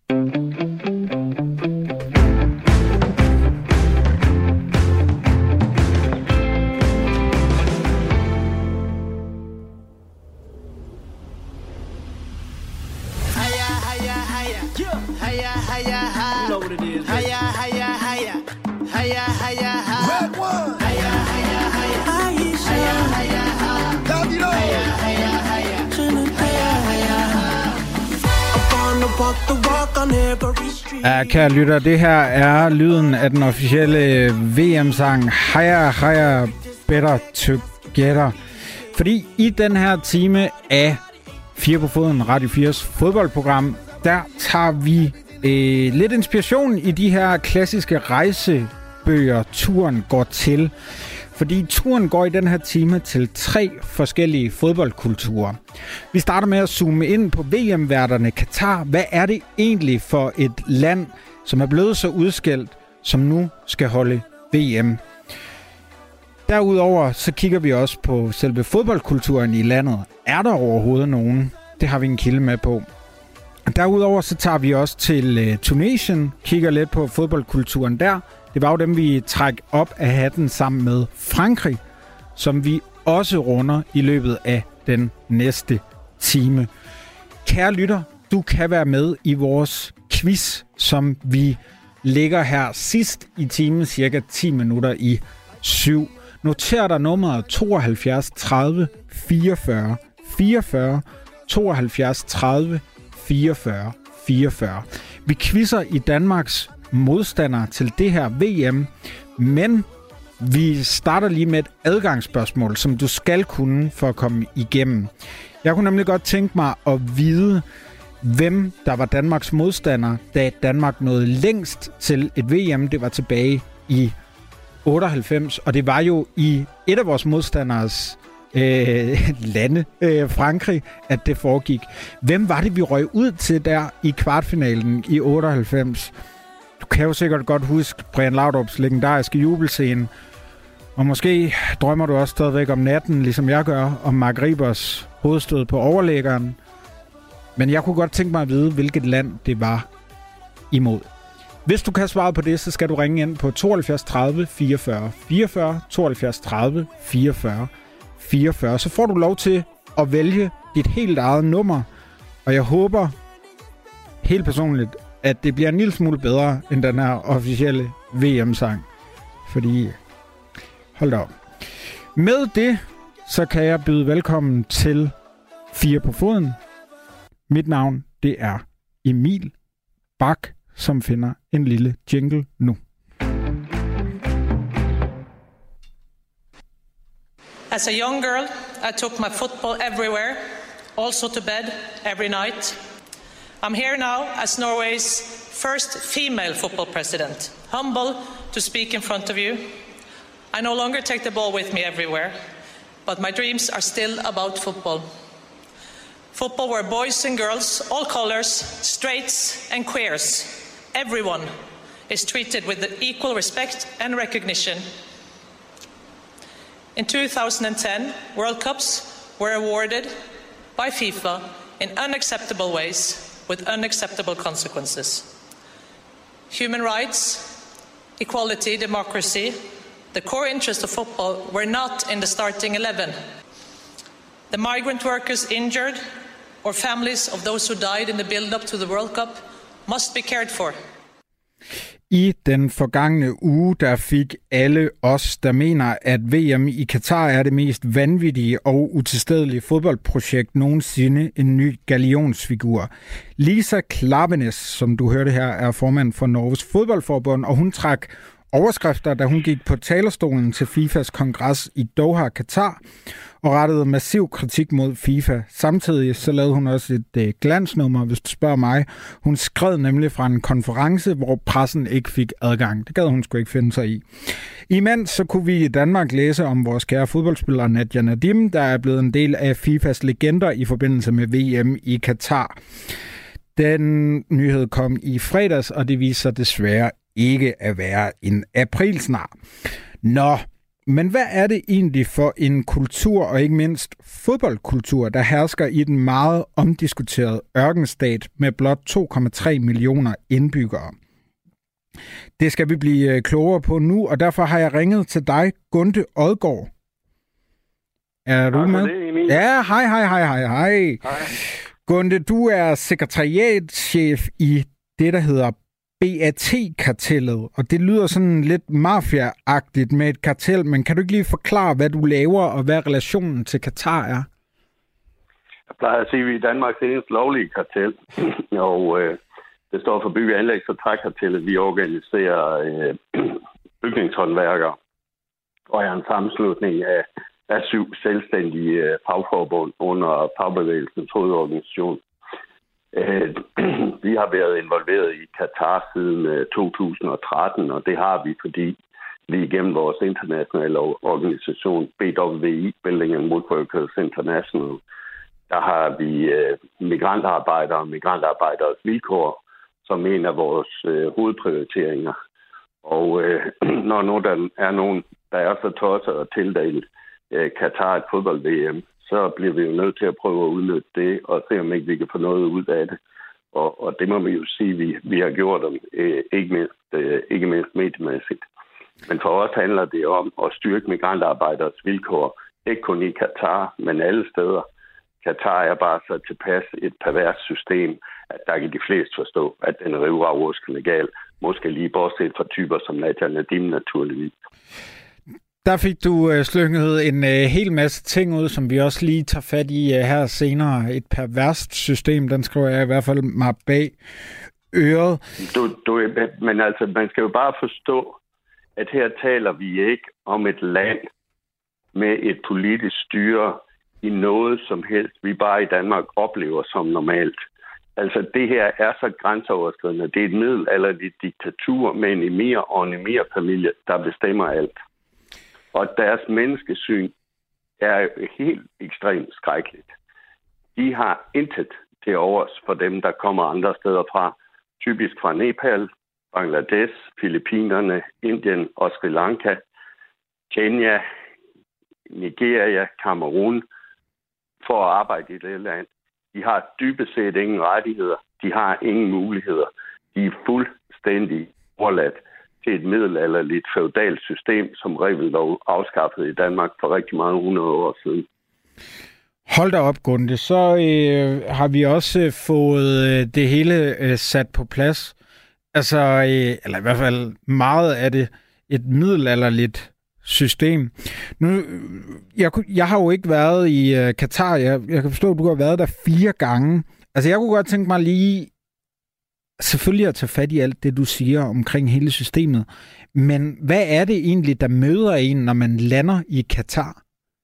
Ja, kære lytter, det her er lyden af den officielle VM-sang Higher, Higher, Better Together. Fordi i den her time af 4 på foden, Radio 4's fodboldprogram, der tager vi lidt inspiration i de her klassiske rejsebøger, turen går til. Fordi turen går i den her time til 3 forskellige fodboldkulturer. Vi starter med at zoome ind på VM-værterne Katar. Hvad er det egentlig for et land, som er blevet så udskældt, som nu skal holde VM? Derudover så kigger vi også på selve fodboldkulturen i landet. Er der overhovedet nogen? Det har vi en kilde med på. Derudover så tager vi også til Tunesien, kigger lidt på fodboldkulturen der. Det var jo dem, vi træk op af hatten sammen med Frankrig, som vi også runder i løbet af den næste time. Kære lytter, du kan være med i vores quiz, som vi lægger her sidst i timen, cirka 10 minutter i 7. Noter dig nummeret 72 30 44 44, 72 30 44 44. Vi quizzer i Danmarks modstandere til det her VM, men vi starter lige med et adgangsspørgsmål, som du skal kunne for at komme igennem. Jeg kunne nemlig godt tænke mig at vide, hvem der var Danmarks modstander, da Danmark nåede længst til et VM. Det var tilbage i 98, og det var jo i et af vores modstanderes lande, Frankrig, at det foregik. Hvem var det, vi røg ud til der i kvartfinalen i 98? Du kan jo sikkert godt huske Brian Laudrup's legendariske jubelscene. Og måske drømmer du også stadigvæk om natten, ligesom jeg gør, om Mark Ribers hovedstød på overlæggeren. Men jeg kunne godt tænke mig at vide, hvilket land det var imod. Hvis du kan svare på det, så skal du ringe ind på 72 30 44 44, 72 30 44 44. Så får du lov til at vælge dit helt eget nummer. Og jeg håber helt personligt, at det bliver en lille smule bedre end den her officielle VM-sang. Fordi, hold da op. Med det, så kan jeg byde velkommen til 4 på foden. Mit navn, det er Emil Bak, som finder en lille jingle nu. As a young girl, I took my football everywhere, also to bed every night. I'm here now as Norway's first female football president, humble to speak in front of you. I no longer take the ball with me everywhere, but my dreams are still about football. Football where boys and girls, all colors, straights and queers, everyone is treated with equal respect and recognition. In 2010, World Cups were awarded by FIFA in unacceptable ways with unacceptable consequences. Human rights, equality, democracy, the core interest of football were not in the starting 11. The migrant workers injured or families of those who died in the build-up to the World Cup must be cared for. I den forgangne uge, der fik alle os, der mener, at VM i Katar er det mest vanvittige og utilstedelige fodboldprojekt nogensinde, en ny gallionsfigur. Lisa Klaveness, som du hørte her, er formand for Norges fodboldforbund, og hun trak overskrifter, da hun gik på talerstolen til FIFAs kongres i Doha, Katar, og rettede massiv kritik mod FIFA. Samtidig så lavede hun også et glansnummer, hvis du spørger mig. Hun skred nemlig fra en konference, hvor pressen ikke fik adgang. Det gad hun sgu ikke finde sig i. Imens så kunne vi i Danmark læse om vores kære fodboldspiller Nadia Nadim, der er blevet en del af FIFAs legender i forbindelse med VM i Katar. Den nyhed kom i fredags, og det viser desværre ikke at være en aprilsnar. Nå, Men hvad er det egentlig for en kultur, og ikke mindst fodboldkultur, der hersker i den meget omdiskuterede ørkenstat med blot 2,3 millioner indbyggere? Det skal vi blive klogere på nu, og derfor har jeg ringet til dig, Gunde Odgaard. Er du med? Ja, hej. Gunde, du er sekretariatschef i det, der hedder BAT-kartellet, og det lyder sådan lidt mafia-agtigt med et kartel, men kan du ikke lige forklare, hvad du laver, og hvad relationen til Katar er? Jeg plejer at sige, at vi er Danmarks eneste lovlige kartel, og det står for bygge-, anlægs- og trækartellet. Vi organiserer bygningshåndværkere og er en sammenslutning af 7 selvstændige fagforbund under fagbevægelsens hovedorganisation. Vi har været involveret i Katar siden 2013, og det har vi, fordi vi igennem vores internationale organisation BWI, Building and Woodworkers International, der har vi migrantarbejdere og migrantarbejderes vilkår som en af vores hovedprioriteringer. Og når nu der er nogen, der er så tosset og tildelt Katar et fodbold-VM, så bliver vi jo nødt til at prøve at udnytte det, og se om ikke vi kan få noget ud af det. Og det må vi jo sige, vi har gjort dem, ikke mindst mediemæssigt. Men for os handler det om at styrke migrantarbejderes vilkår, ikke kun i Katar, men alle steder. Katar er bare så tilpas et pervers system, at der kan de fleste forstå, at den er rivravruskende gal. Måske lige bortset fra typer som Nadia Nadim naturligvis. Der fik du slynget en hel masse ting ud, som vi også lige tager fat i her senere. Et perverst system, den skriver jeg i hvert fald mig bag øret. Men altså, man skal jo bare forstå, at her taler vi ikke om et land med et politisk styre i noget som helst, vi bare i Danmark oplever som normalt. Altså, det her er så grænseoverskridende. Det er et middelalderligt diktatur med en emir og en emirfamilie, der bestemmer alt. Og deres menneskesyn er helt ekstremt skrækkeligt. De har intet til overs for dem, der kommer andre steder fra. Typisk fra Nepal, Bangladesh, Filippinerne, Indien og Sri Lanka, Kenya, Nigeria, Cameroon, for at arbejde i det land. De har dybest set ingen rettigheder. De har ingen muligheder. De er fuldstændig overladt til et middelalderligt feudalt system, som Reventlow afskaffede i Danmark for rigtig mange 100 år siden. Hold da op, Gunde. Så har vi også fået det hele sat på plads. Altså, eller i hvert fald meget af det, et middelalderligt system. Nu, jeg har jo ikke været i Katar. Jeg kan forstå, at du har været der 4 gange. Altså, jeg kunne godt tænke mig lige selvfølgelig at tage fat i alt det, du siger omkring hele systemet. Men hvad er det egentlig, der møder en, når man lander i Katar?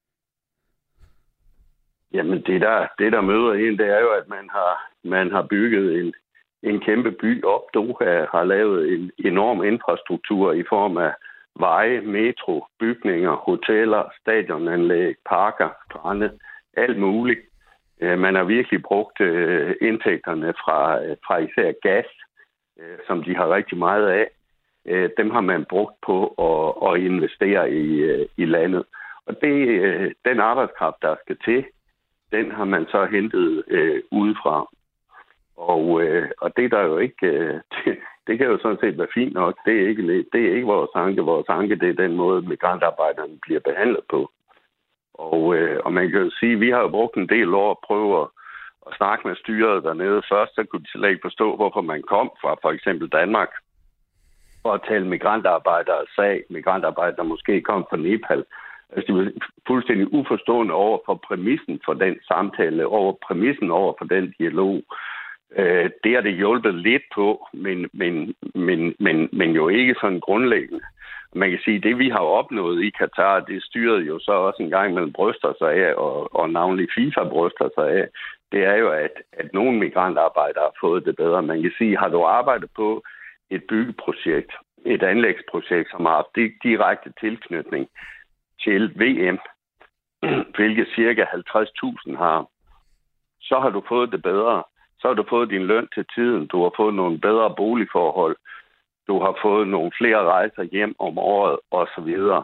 Jamen, det der møder en, det er jo, at man har bygget en kæmpe by op. Doha har lavet en enorm infrastruktur i form af veje, metro, bygninger, hoteller, stadionanlæg, parker, strande, alt muligt. Man har virkelig brugt indtægterne fra især gas, som de har rigtig meget af. Dem har man brugt på at investere i landet. Og den arbejdskraft, der skal til, den har man så hentet udefra. Og det der jo ikke... Det kan jo sådan set være fint nok. Det er ikke vores anke. Vores anke, det er den måde, migrantarbejderne bliver behandlet på. Og man kan jo sige, at vi har jo brugt en del år at prøve at snakke med styret dernede. Først så kunne de slet ikke forstå, hvorfor man kom fra for eksempel Danmark for at tale migrantarbejdere sag. Migrantarbejdere, der måske kom fra Nepal. Altså, de var fuldstændig uforstående over for præmissen for den samtale, over præmissen over for den dialog. Det har det hjulpet lidt på, men jo ikke sådan grundlæggende. Man kan sige, at det vi har opnået i Katar, det styrede jo så også en gang mellem bryster sig af, og navnlig FIFA bryster sig af, det er jo, at nogle migrantarbejdere har fået det bedre. Man kan sige, har du arbejdet på et byggeprojekt, et anlægsprojekt, som har haft direkte tilknytning til VM, hvilket cirka 50.000 har, så har du fået det bedre. Så har du fået din løn til tiden, du har fået nogle bedre boligforhold, du har fået nogle flere rejser hjem om året osv.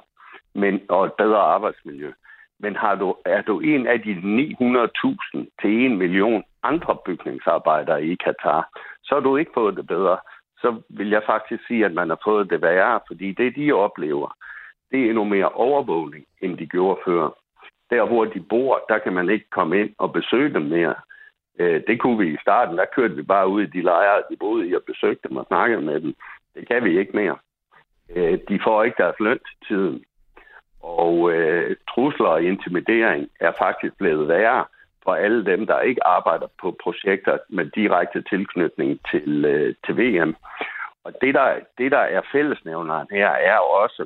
og et bedre arbejdsmiljø. Men er du en af de 900.000 til 1 million andre bygningsarbejdere i Katar, så har du ikke fået det bedre. Så vil jeg faktisk sige, at man har fået det værre, fordi det, de oplever, det er endnu mere overvågning, end de gjorde før. Der, hvor de bor, der kan man ikke komme ind og besøge dem mere. Det kunne vi i starten. Der kørte vi bare ud i de lejre, de boede i, og besøgte dem og snakkede med dem. Det kan vi ikke mere. De får ikke deres løn til tiden. Og trusler og intimidering er faktisk blevet værre for alle dem, der ikke arbejder på projekter med direkte tilknytning til VM. Og det, der er fællesnævneren her, er også,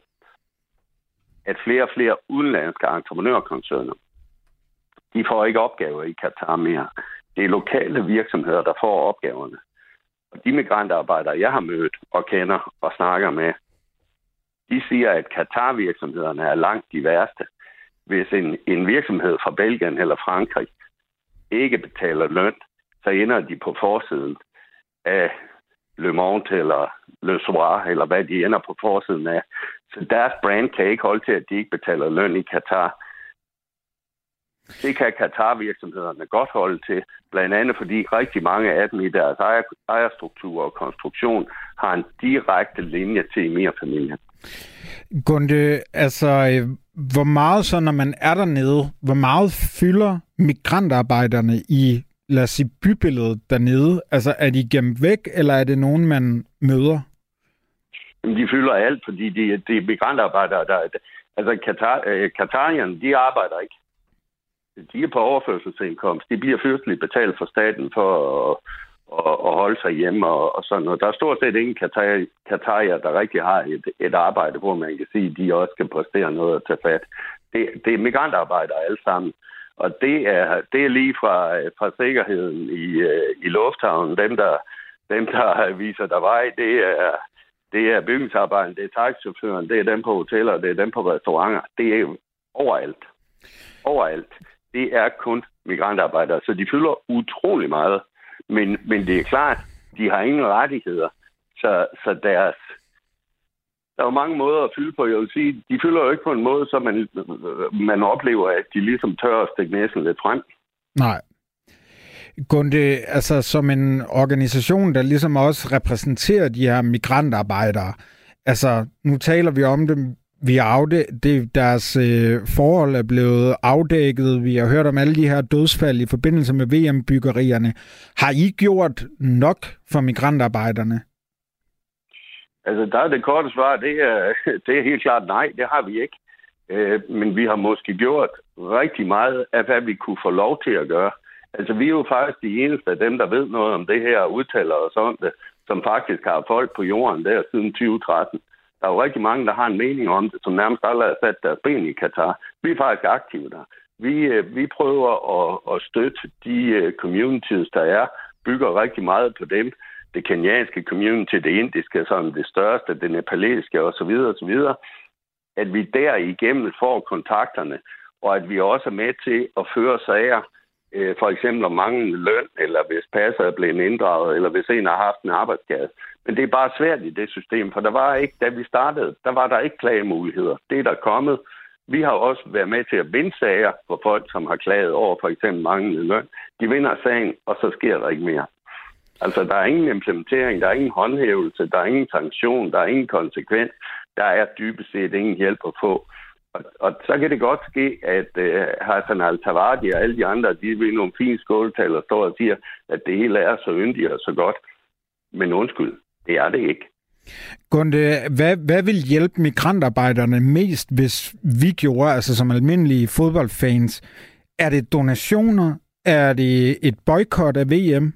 at flere og flere udenlandske entreprenørkoncerner, de får ikke opgaver i Katar mere. Det er lokale virksomheder, der får opgaverne. Og de migrantarbejdere, jeg har mødt og kender og snakker med, de siger, at Katar-virksomhederne er langt de værste. Hvis en virksomhed fra Belgien eller Frankrig ikke betaler løn, så ender de på forsiden af Le Monde eller Le Soir, eller hvad de ender på forsiden af. Så deres brand kan ikke holde til, at de ikke betaler løn i Katar. Det kan Katar-virksomhederne godt holde til, blandt andet fordi rigtig mange af dem i deres ejerstruktur og konstruktion har en direkte linje til Emir-familien. Gunde, altså, hvor meget så, når man er dernede, hvor meget fylder migrantarbejderne i, lad os sige, bybilledet dernede? Altså, er de gemt væk, eller er det nogen, man møder? De fylder alt, fordi de migrantarbejdere, altså Katarierne, de arbejder ikke. De er på overførselsindkomst. De bliver fyrsteligt betalt for staten for at holde sig hjemme og sådan noget. Der er stort set ingen katarier, der rigtig har et arbejde, hvor man kan sige, at de også skal præstere noget at tage fat. Det er migrantarbejdere alle sammen. Og det er lige fra sikkerheden i lufthavnen, dem der viser der vej, det er bygningsarbejderen, det er taxichaufføren, det er dem på hoteller, det er dem på restauranter. Det er overalt. Overalt. Det er kun migrantarbejdere, så de fylder utrolig meget. Men det er klart, de har ingen rettigheder. Så der er jo mange måder at fylde på. Jeg vil sige, de fylder jo ikke på en måde, så man oplever, at de ligesom tør at stikke næsen lidt frem. Nej. Gunde, altså som en organisation, der ligesom også repræsenterer de her migrantarbejdere, altså nu taler vi om dem, deres forhold er blevet afdækket. Vi har hørt om alle de her dødsfald i forbindelse med VM-byggerierne. Har I gjort nok for migrantarbejderne? Altså, der er det korte svar. Det er helt klart nej, det har vi ikke. Men vi har måske gjort rigtig meget af, hvad vi kunne få lov til at gøre. Altså, vi er jo faktisk de eneste af dem, der ved noget om det her og udtaler os om det, som faktisk har folk på jorden der siden 2013. Der er jo rigtig mange, der har en mening om det, som nærmest aldrig har sat deres ben i Katar. Vi er faktisk aktive der. Vi prøver at støtte de communities, der er, bygger rigtig meget på dem. Det kenyanske community, det indiske, som det største, det nepalesiske osv. At vi derigennem får kontakterne, og at vi også er med til at føre sager, for eksempel om manglende løn, eller hvis passer er blevet inddraget, eller hvis en har haft en arbejdsskade. Men det er bare svært i det system, for der var ikke, da vi startede, der var der ikke klagemuligheder. Det er der kommet. Vi har også været med til at vinde sager for folk, som har klaget over for eksempel manglende løn. De vinder sagen, og så sker der ikke mere. Altså, der er ingen implementering, der er ingen håndhævelse, der er ingen sanktion, der er ingen konsekvens. Der er dybest set ingen hjælp at få. Og så kan det godt ske, at Hassan Al-Tawadi og alle de andre, de vil nogle fine skåltaler står og siger, at det hele er så yndigt og så godt. Men undskyld, det er det ikke. Gunde, hvad vil hjælpe migrantarbejderne mest, hvis vi gjorde, altså som almindelige fodboldfans? Er det donationer? Er det et boykot af VM?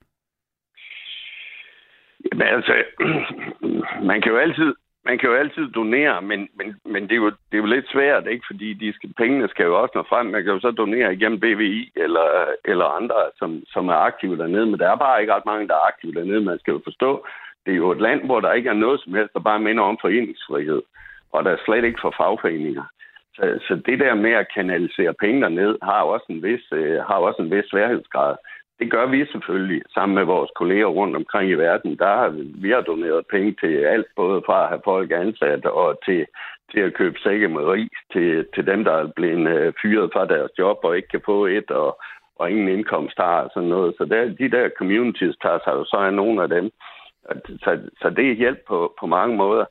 Jamen, altså, man kan jo altid donere, men det er jo lidt svært, ikke? Fordi pengene skal jo også nå frem. Man kan jo så donere igennem BVI eller andre, som er aktive dernede. Men der er bare ikke ret mange, der er aktive dernede. Man skal jo forstå, det er jo et land, hvor der ikke er noget som helst, der bare minder om foreningsfrihed. Og der er slet ikke for fagforeninger. Så det der med at kanalisere penge derned har også en vis sværhedsgrad. Det gør vi selvfølgelig sammen med vores kolleger rundt omkring i verden. Vi har doneret penge til alt, både fra at have folk ansat og til til at købe sække med ris til dem, der er blevet fyret fra deres job og ikke kan få et, og ingen indkomst har og sådan noget. Så de der communities tager sig jo så af nogle af dem. Så det er hjælp på mange måder.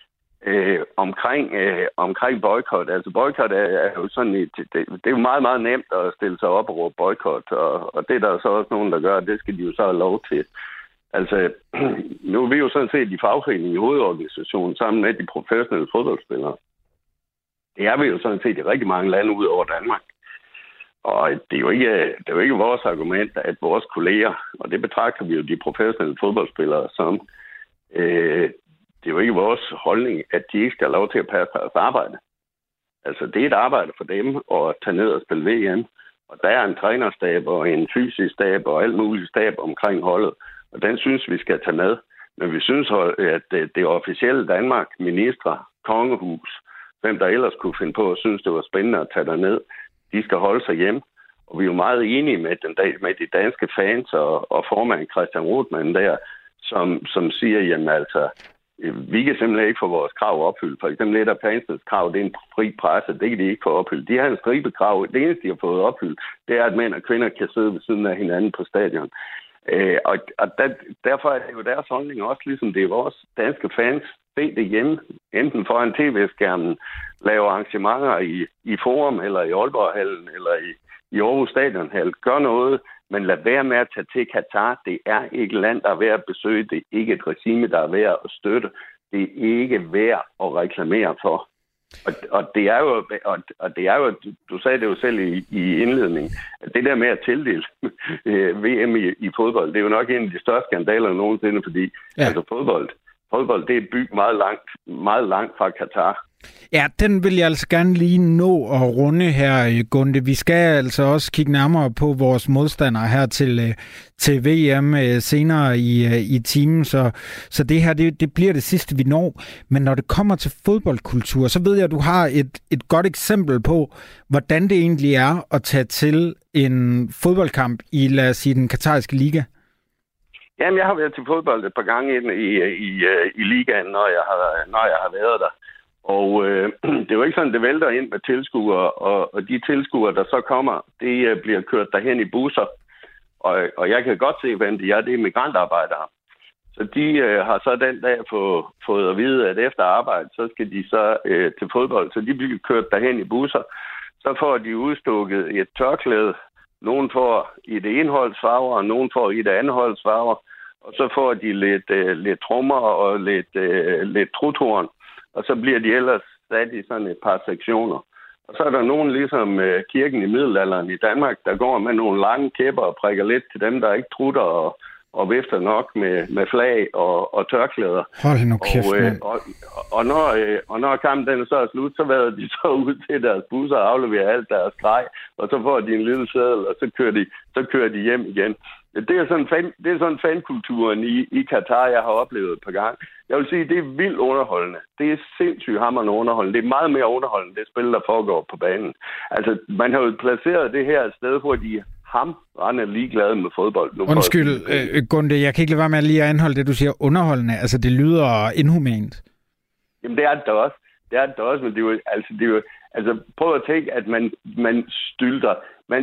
Omkring boykot. Altså boykot er jo sådan det er jo meget, meget nemt at stille sig op og råbe boykot, og det er der så også nogen, der gør, det skal de jo så have lov til. Altså, nu er vi jo sådan set i fagforeningen i hovedorganisationen sammen med de professionelle fodboldspillere. Det er vi jo sådan set i rigtig mange lande ud over Danmark. Og det er jo ikke vores argument, at vores kolleger, og det betragter vi jo de professionelle fodboldspillere som, det er jo ikke vores holdning, at de ikke skal have lov til at passe deres arbejde. Altså, det er et arbejde for dem at tage ned og spille VM. Og der er en trænerstab og en fysisk stab og alt muligt stab omkring holdet. Og den synes vi skal tage med. Men vi synes, at det officielle Danmark, ministre, kongehus, hvem der ellers kunne finde på at synes, det var spændende at tage derned, de skal holde sig hjemme. Og vi er jo meget enige med de danske fans og formand Christian Rothmann der, som siger, jamen altså, vi kan simpelthen ikke få vores krav opfyldt. For eksempel et af fansens krav, det er en fri presse. Det kan de ikke få opfyldt. De har en stribe krav. Det eneste, de har fået opfyldt, det er, at mænd og kvinder kan sidde ved siden af hinanden på stadion. Derfor er det jo deres holdning også, ligesom det er vores danske fans, se det hjemme, enten foran tv-skærmen, lave arrangementer i Forum, eller i Aalborghallen, eller i Aarhus Stadionhal. Gør noget, men lad være med at tage til Katar. Det er ikke et land, der er værd at besøge. Det er ikke et regime, der er værd at støtte. Det er ikke værd at reklamere for. Og det er jo, du sagde det jo selv i indledningen, at det der med at tildele VM i fodbold, det er jo nok en af de største skandaler nogensinde, fordi altså fodbold, det er bygget meget langt fra Katar. Ja, den vil jeg altså gerne lige nå at runde her, Gunde. Vi skal altså også kigge nærmere på vores modstandere her til VM senere i timen, så det her, det bliver det sidste, vi når. Men når det kommer til fodboldkultur, så ved jeg, at du har et godt eksempel på, hvordan det egentlig er at tage til en fodboldkamp i, lad os sige, den katariske liga. Jamen, jeg har været til fodbold et par gange i ligaen, når jeg har været der. Og det er jo ikke sådan, det vælter ind med tilskuere, og de tilskuere, der så kommer, det bliver kørt derhen i busser. Og jeg kan godt se, hvem de er. Det er migrantarbejdere. Så de har så den dag fået at vide, at efter arbejde, så skal de så til fodbold. Så de bliver kørt derhen i busser. Så får de udstukket et tørklæde. Nogen får i det ene holds farver, og nogen får i det andet holds farver. Og så får de lidt trommer og lidt truthorn. Og så bliver de ellers sat i sådan et par sektioner. Og så er der nogen ligesom kirken i middelalderen i Danmark, der går med nogle lange kæpper og prikker lidt til dem, der ikke trutter og vifter nok med flag og tørklæder. Hold nu kæft, og når kampen den så er slut, så vader de så ud til deres busser og afleverer alt deres grej, og så får de en lille seddel, og så kører de hjem igen. Det er sådan fankulturen i Katar, jeg har oplevet et par gange. Jeg vil sige, det er vildt underholdende. Det er sindssygt hammerende underholdende. Det er meget mere underholdende, det spil, der foregår på banen. Altså, man har jo placeret det her et sted, hvor de hamrende ligeglade med fodbold. Undskyld, Gunde, jeg kan ikke lade være med at lige anholde det, du siger underholdende. Altså, det lyder inhumant. Jamen, det er det da også. Men det er jo, altså prøv at tænke, at man stylter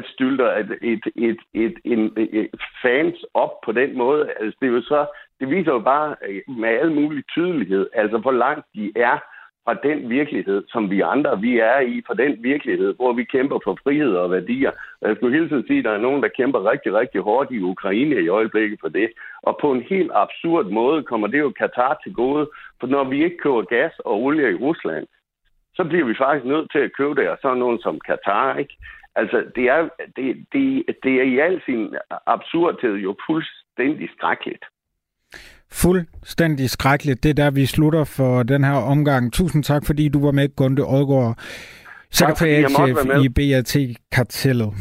et fans op på den måde. Altså, det viser jo bare med al mulig tydelighed, altså hvor langt de er fra den virkelighed, som vi andre, vi er i, fra den virkelighed, hvor vi kæmper for frihed og værdier. Jeg skulle hele tiden sige, at der er nogen, der kæmper rigtig, rigtig hårdt i Ukraine i øjeblikket for det. Og på en helt absurd måde kommer det jo Katar til gode, for når vi ikke køber gas og olie i Rusland, så bliver vi faktisk nødt til at købe det, og sådan nogen som Katar, ikke? Altså, det er i al sin absurdhed jo fuldstændig skrækkeligt. Fuldstændig skrækkeligt. Det er der, vi slutter for den her omgang. Tusind tak, fordi du var med, Gunde Odgaard, sekretariatschef i BRT-kartellet.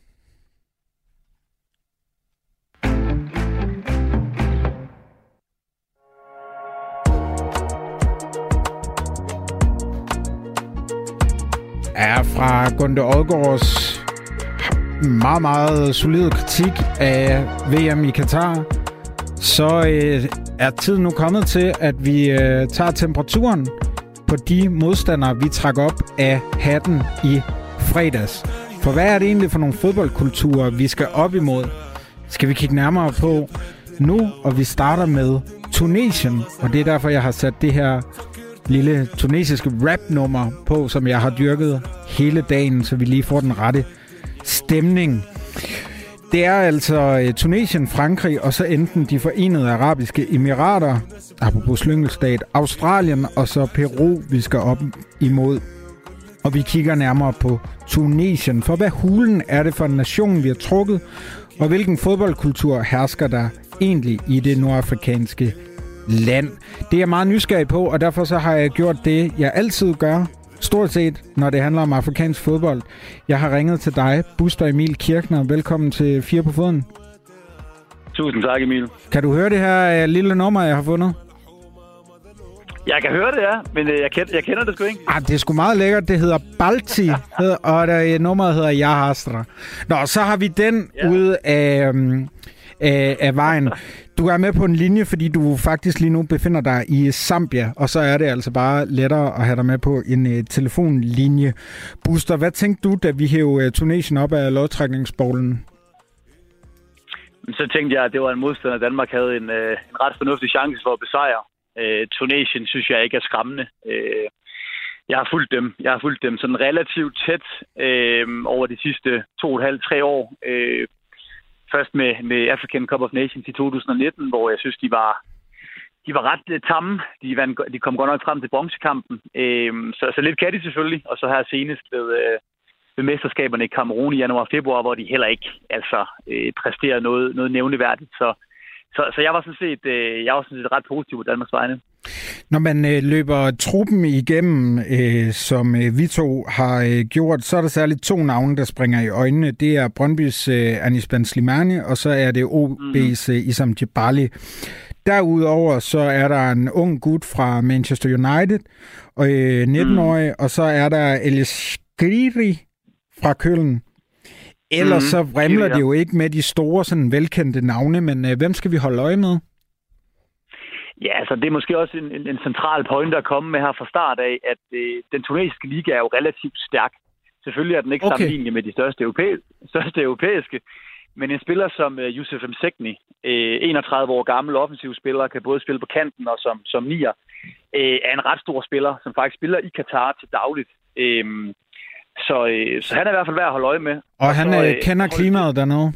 Er fra Gunde Odgaards meget, meget solide kritik af VM i Katar, så er tiden nu kommet til, at vi tager temperaturen på på de modstandere, vi trak op af hatten i fredags. For hvad er det egentlig for nogle fodboldkulturer, vi skal op imod? Skal vi kigge nærmere på nu, og vi starter med Tunesien, og det er derfor, jeg har sat det her lille tunesiske rap-nummer på, som jeg har dyrket hele dagen, så vi lige får den rette stemning. Det er altså Tunesien, Frankrig, og så enten de Forenede Arabiske Emirater, apropos slyngelstat, Australien, og så Peru, vi skal op imod. Og vi kigger nærmere på Tunesien, for hvad hulen er det for en nation, vi har trukket, og hvilken fodboldkultur hersker der egentlig i det nordafrikanske land. Det er jeg meget nysgerrig på, og derfor så har jeg gjort det, jeg altid gør, stort set, når det handler om afrikansk fodbold. Jeg har ringet til dig, Buster Emil Kirchner. Velkommen til 4 på foden. Tusind tak, Emil. Kan du høre det her lille nummer, jeg har fundet? Jeg kan høre det, ja, men jeg kender det sgu ikke. Det er sgu meget lækkert. Det hedder Balti, og nummeret hedder Yahastra. Nå, så har vi den ude af vejen. Du er med på en linje, fordi du faktisk lige nu befinder dig i Zambia, og så er det altså bare lettere at have dig med på en telefonlinje. Buster, hvad tænkte du, da vi hævde Tunesien op af lodtrækningsbowlen? Så tænkte jeg, at det var en modstander, Danmark havde en ret fornuftig chance for at besejre. Tunesien synes jeg ikke er skræmmende. Jeg har fulgt dem sådan relativt tæt over de sidste 2,5-3 år. Først med African Cup of Nations i 2019, hvor jeg synes, de var ret tamme. De kom godt nok frem til bronzekampen. Så lidt kan de selvfølgelig. Og så her senest ved mesterskaberne i Cameroun i januar-februar, hvor de heller ikke præsterer noget nævneværdigt. Så jeg var sådan set ret positiv på Danmarks vegne. Når man løber truppen igennem, som vi to har gjort, så er der særligt 2 navne, der springer i øjnene. Det er Brøndbys Anis Ben Slimani, og så er det OB's Issam Djibali. Derudover så er der en ung gut fra Manchester United, 19-årig, og så er der El Skriri fra Köln. Ellers så vrimler det jo ikke med de store, sådan velkendte navne, men hvem skal vi holde øje med? Ja, altså det er måske også en central point at komme med her fra start af, at den tunesiske liga er jo relativt stærk. Selvfølgelig er den ikke sammenlignelig med de største europæiske, men en spiller som Youssef Msekni, 31 år gammel offensiv spiller, kan både spille på kanten og som nier, er en ret stor spiller, som faktisk spiller i Katar til dagligt. Så han er i hvert fald værd at holde øje med. Og han kender klimaet dernede?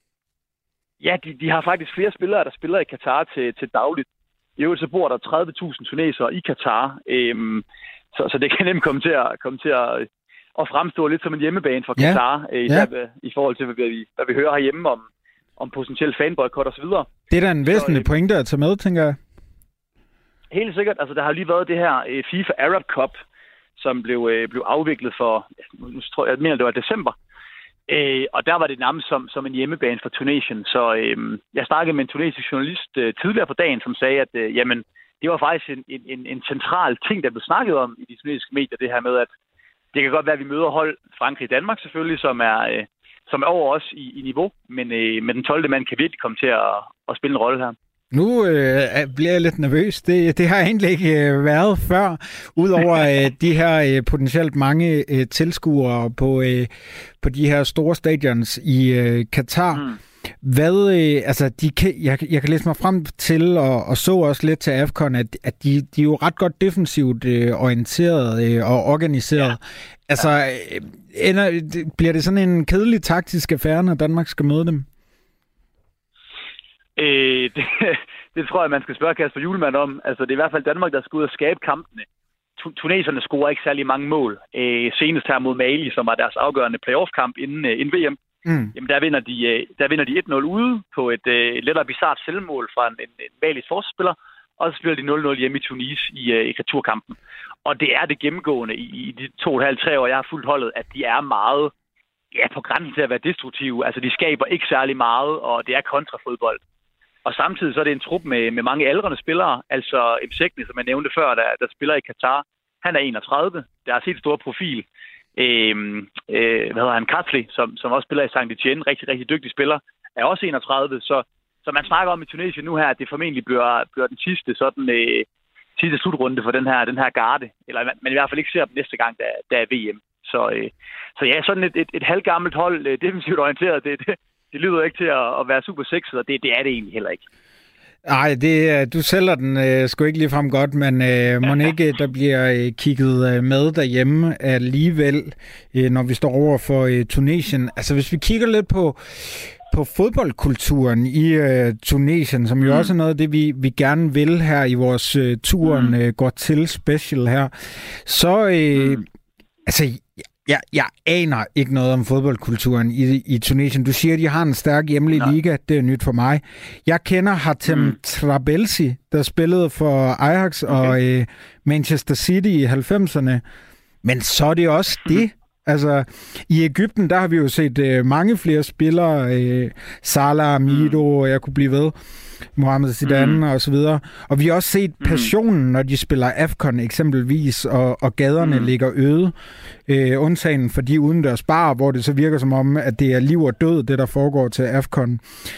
Ja, de har faktisk flere spillere, der spiller i Katar til dagligt. I øvrigt så bor der 30.000 tunesere i Katar, så det kan nemt komme til at fremstå lidt som en hjemmebane for Katar, i forhold til, hvad vi hører herhjemme om potentiel fanboykot og så videre. Det er da en væsentlig pointe at tage med, tænker jeg. Helt sikkert. Altså, der har lige været det her FIFA Arab Cup, som blev afviklet for, jeg mener, det var december. Og der var det nærmest som en hjemmebane for Tunesien. Så jeg snakkede med en tunesisk journalist tidligere på dagen, som sagde, at det var faktisk en central ting, der blev snakket om i de tunesiske medier, det her med, at det kan godt være, at vi møder hold Frankrig i Danmark selvfølgelig, som er over os i niveau, men den 12. mand kan virkelig komme til at spille en rolle her. Nu bliver jeg lidt nervøs. Det har egentlig ikke været før, udover de her potentielt mange tilskuere på de her store stadions i Katar. Hvad, jeg kan læse mig frem til, og så også lidt til AFCON, at de er jo ret godt defensivt orienteret og organiseret. Ja. Altså, bliver det sådan en kedelig taktisk affære, når Danmark skal møde dem? Det tror jeg, man skal spørge Kasper Hjulmand om. Altså, det er i hvert fald Danmark, der skal ud og skabe kampene. Tuneserne scorer ikke særlig mange mål. Senest her mod Mali, som var deres afgørende playoff-kamp inden VM. Jamen, der vinder de 1-0 ude på et lettere bizarrt selvmål fra en Malis forsvarsspiller, og så spiller de 0-0 hjemme i Tunis i returkampen. Og det er det gennemgående i de 2,5-3 år, jeg har fulgt holdet, at de er meget på grænsen til at være destruktive. Altså, de skaber ikke særlig meget, og det er kontrafodbold. Og samtidig så er det en trup med mange aldrende spillere. Altså Msekni, som jeg nævnte før, der spiller i Katar. Han er 31. Der er set stor profil. Katli, som også spiller i Saint-Etienne, rigtig, rigtig dygtig spiller, er også 31. Så man snakker om i Tunesien nu her, at det formentlig bliver den sidste sådan sidste slutrunde for den her garde, eller man i hvert fald ikke ser dem næste gang, der er VM. Så ja, sådan et halvgammelt hold, defensivt orienteret, det lyder ikke til at være super sexet, og det er det egentlig heller ikke. Nej, du sælger den sgu ikke ligefrem godt, men må ikke, der bliver kigget med derhjemme alligevel, når vi står over for Tunesien. Altså, hvis vi kigger lidt på fodboldkulturen i Tunesien, som jo også er noget af det, vi gerne vil her i vores turen går til special her, så altså, jeg aner ikke noget om fodboldkulturen i Tunesien. Du siger, at de har en stærk hjemlig liga. Det er nyt for mig. Jeg kender Hatem Trabelsi, der spillede for Ajax og Manchester City i 90'erne. Men så er det også det. Altså, i Egypten, der har vi jo set mange flere spillere. Salah, Mido, jeg kunne blive ved. Mohamed Zidane og så videre. Og vi har også set passionen, når de spiller AFCON eksempelvis, og gaderne ligger øde. Undtagen for de udendørs barer, hvor det så virker som om, at det er liv og død, det der foregår til AFCON.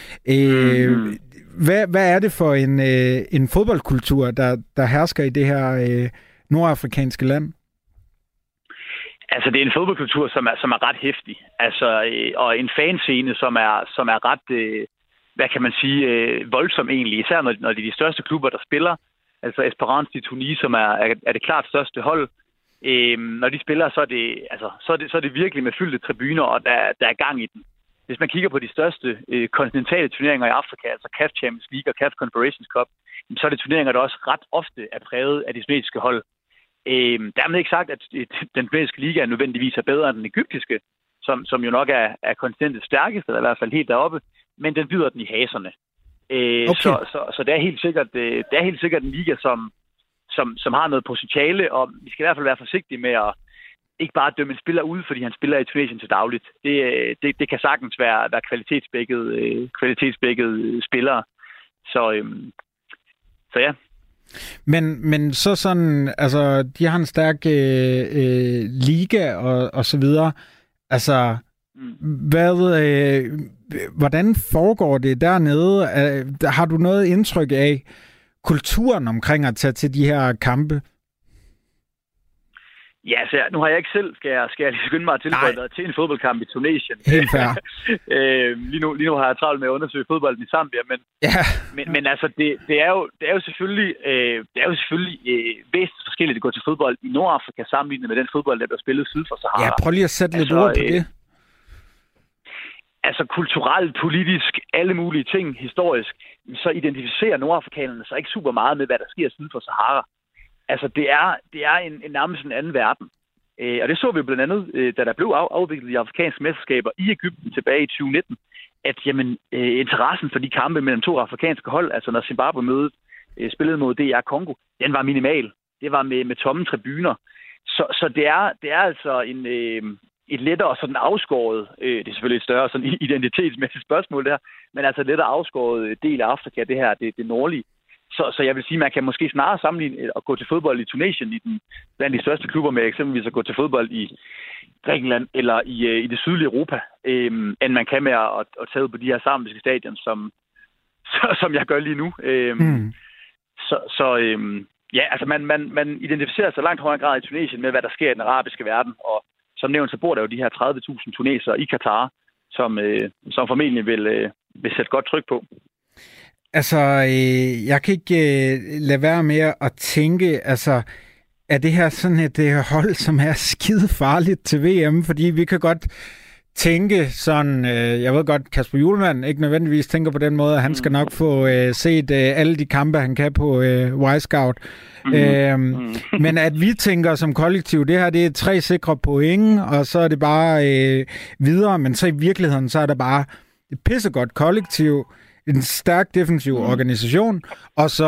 Hvad er det for en fodboldkultur, der hersker i det her nordafrikanske land? Altså, det er en fodboldkultur, som er ret heftig. Altså, og en fanscene, som er ret... hvad kan man sige, voldsom egentlig, især når det er de største klubber, der spiller. Altså Esperance de Tunis, som er det klart største hold. Når de spiller, så er det virkelig med fyldte tribuner, og der er gang i den. Hvis man kigger på de største kontinentale turneringer i Afrika, altså CAF Champions League og CAF Confederations Cup, så er det turneringer, der også ret ofte er præget af de tunesiske hold. Dermed ikke sagt, at den tunesiske liga nødvendigvis er bedre end den egyptiske, som jo nok er kontinentets stærkeste, eller i hvert fald helt deroppe, men den byder den i haserne. Okay. Så det er helt sikkert en liga, som har noget potentiale, og vi skal i hvert fald være forsigtige med at ikke bare dømme en spiller ud, fordi han spiller i Tunesien til dagligt. Det kan sagtens være kvalitetsbækkede spillere. Så ja. Men så sådan, altså, de har en stærk liga og så videre. Altså, hvordan foregår det dernede? Har du noget indtryk af kulturen omkring at tage til de her kampe? Ja, så nu har jeg ikke selv, skal jeg lige skynde mig at tilføje til en fodboldkamp i Tunesien. Helt fair. lige nu har jeg travlt med at undersøge fodbolden i Zambia, men altså, det er jo selvfølgelig væsentligt forskelligt at gå til fodbold i Nordafrika sammenlignet med den fodbold, der bliver spillet syd for Sahara. Ja, prøv lige at sætte lidt ord på det. Altså kulturelt, politisk, alle mulige ting, historisk, så identificerer nordafrikanerne sig ikke super meget med, hvad der sker syd for Sahara. Altså, det er en nærmest en anden verden. Og det så vi blandt andet, da der blev afviklet de afrikanske mesterskaber i Egypten tilbage i 2019, at interessen for de kampe mellem to afrikanske hold, altså når Zimbabwe spillede mod DR Congo, den var minimal. Det var med tomme tribuner. Så det er altså et lettere sådan afskåret, det er selvfølgelig et større sådan identitetsmæssigt spørgsmål det her, men altså et lettere afskåret del af Afrika, det her, det nordlige. Så jeg vil sige, man kan måske snarere sammenligne at gå til fodbold i Tunesien, blandt de største klubber, med eksempelvis at gå til fodbold i Grækenland eller i det sydlige Europa, end man kan med at tage ud på de her sammenlignelige stadion, som jeg gør lige nu. Ja, altså man identificerer sig langt højere grad i Tunesien med, hvad der sker i den arabiske verden, og som nævnt, så bor der jo de her 30.000 tunesere i Katar, som formentlig vil sætte godt tryk på. Altså, jeg kan ikke lade være med at tænke, altså, er det her sådan et hold, som er skide farligt til VM? Fordi vi kan godt tænke sådan, jeg ved godt, Kasper Hjulmand ikke nødvendigvis tænker på den måde, at han skal nok få set alle de kampe, han kan på Y-Scout. Men at vi tænker som kollektiv, det her det er 3 sikre point, og så er det bare videre, men så i virkeligheden, så er der bare et pissegodt kollektiv, en stærk defensiv organisation, og så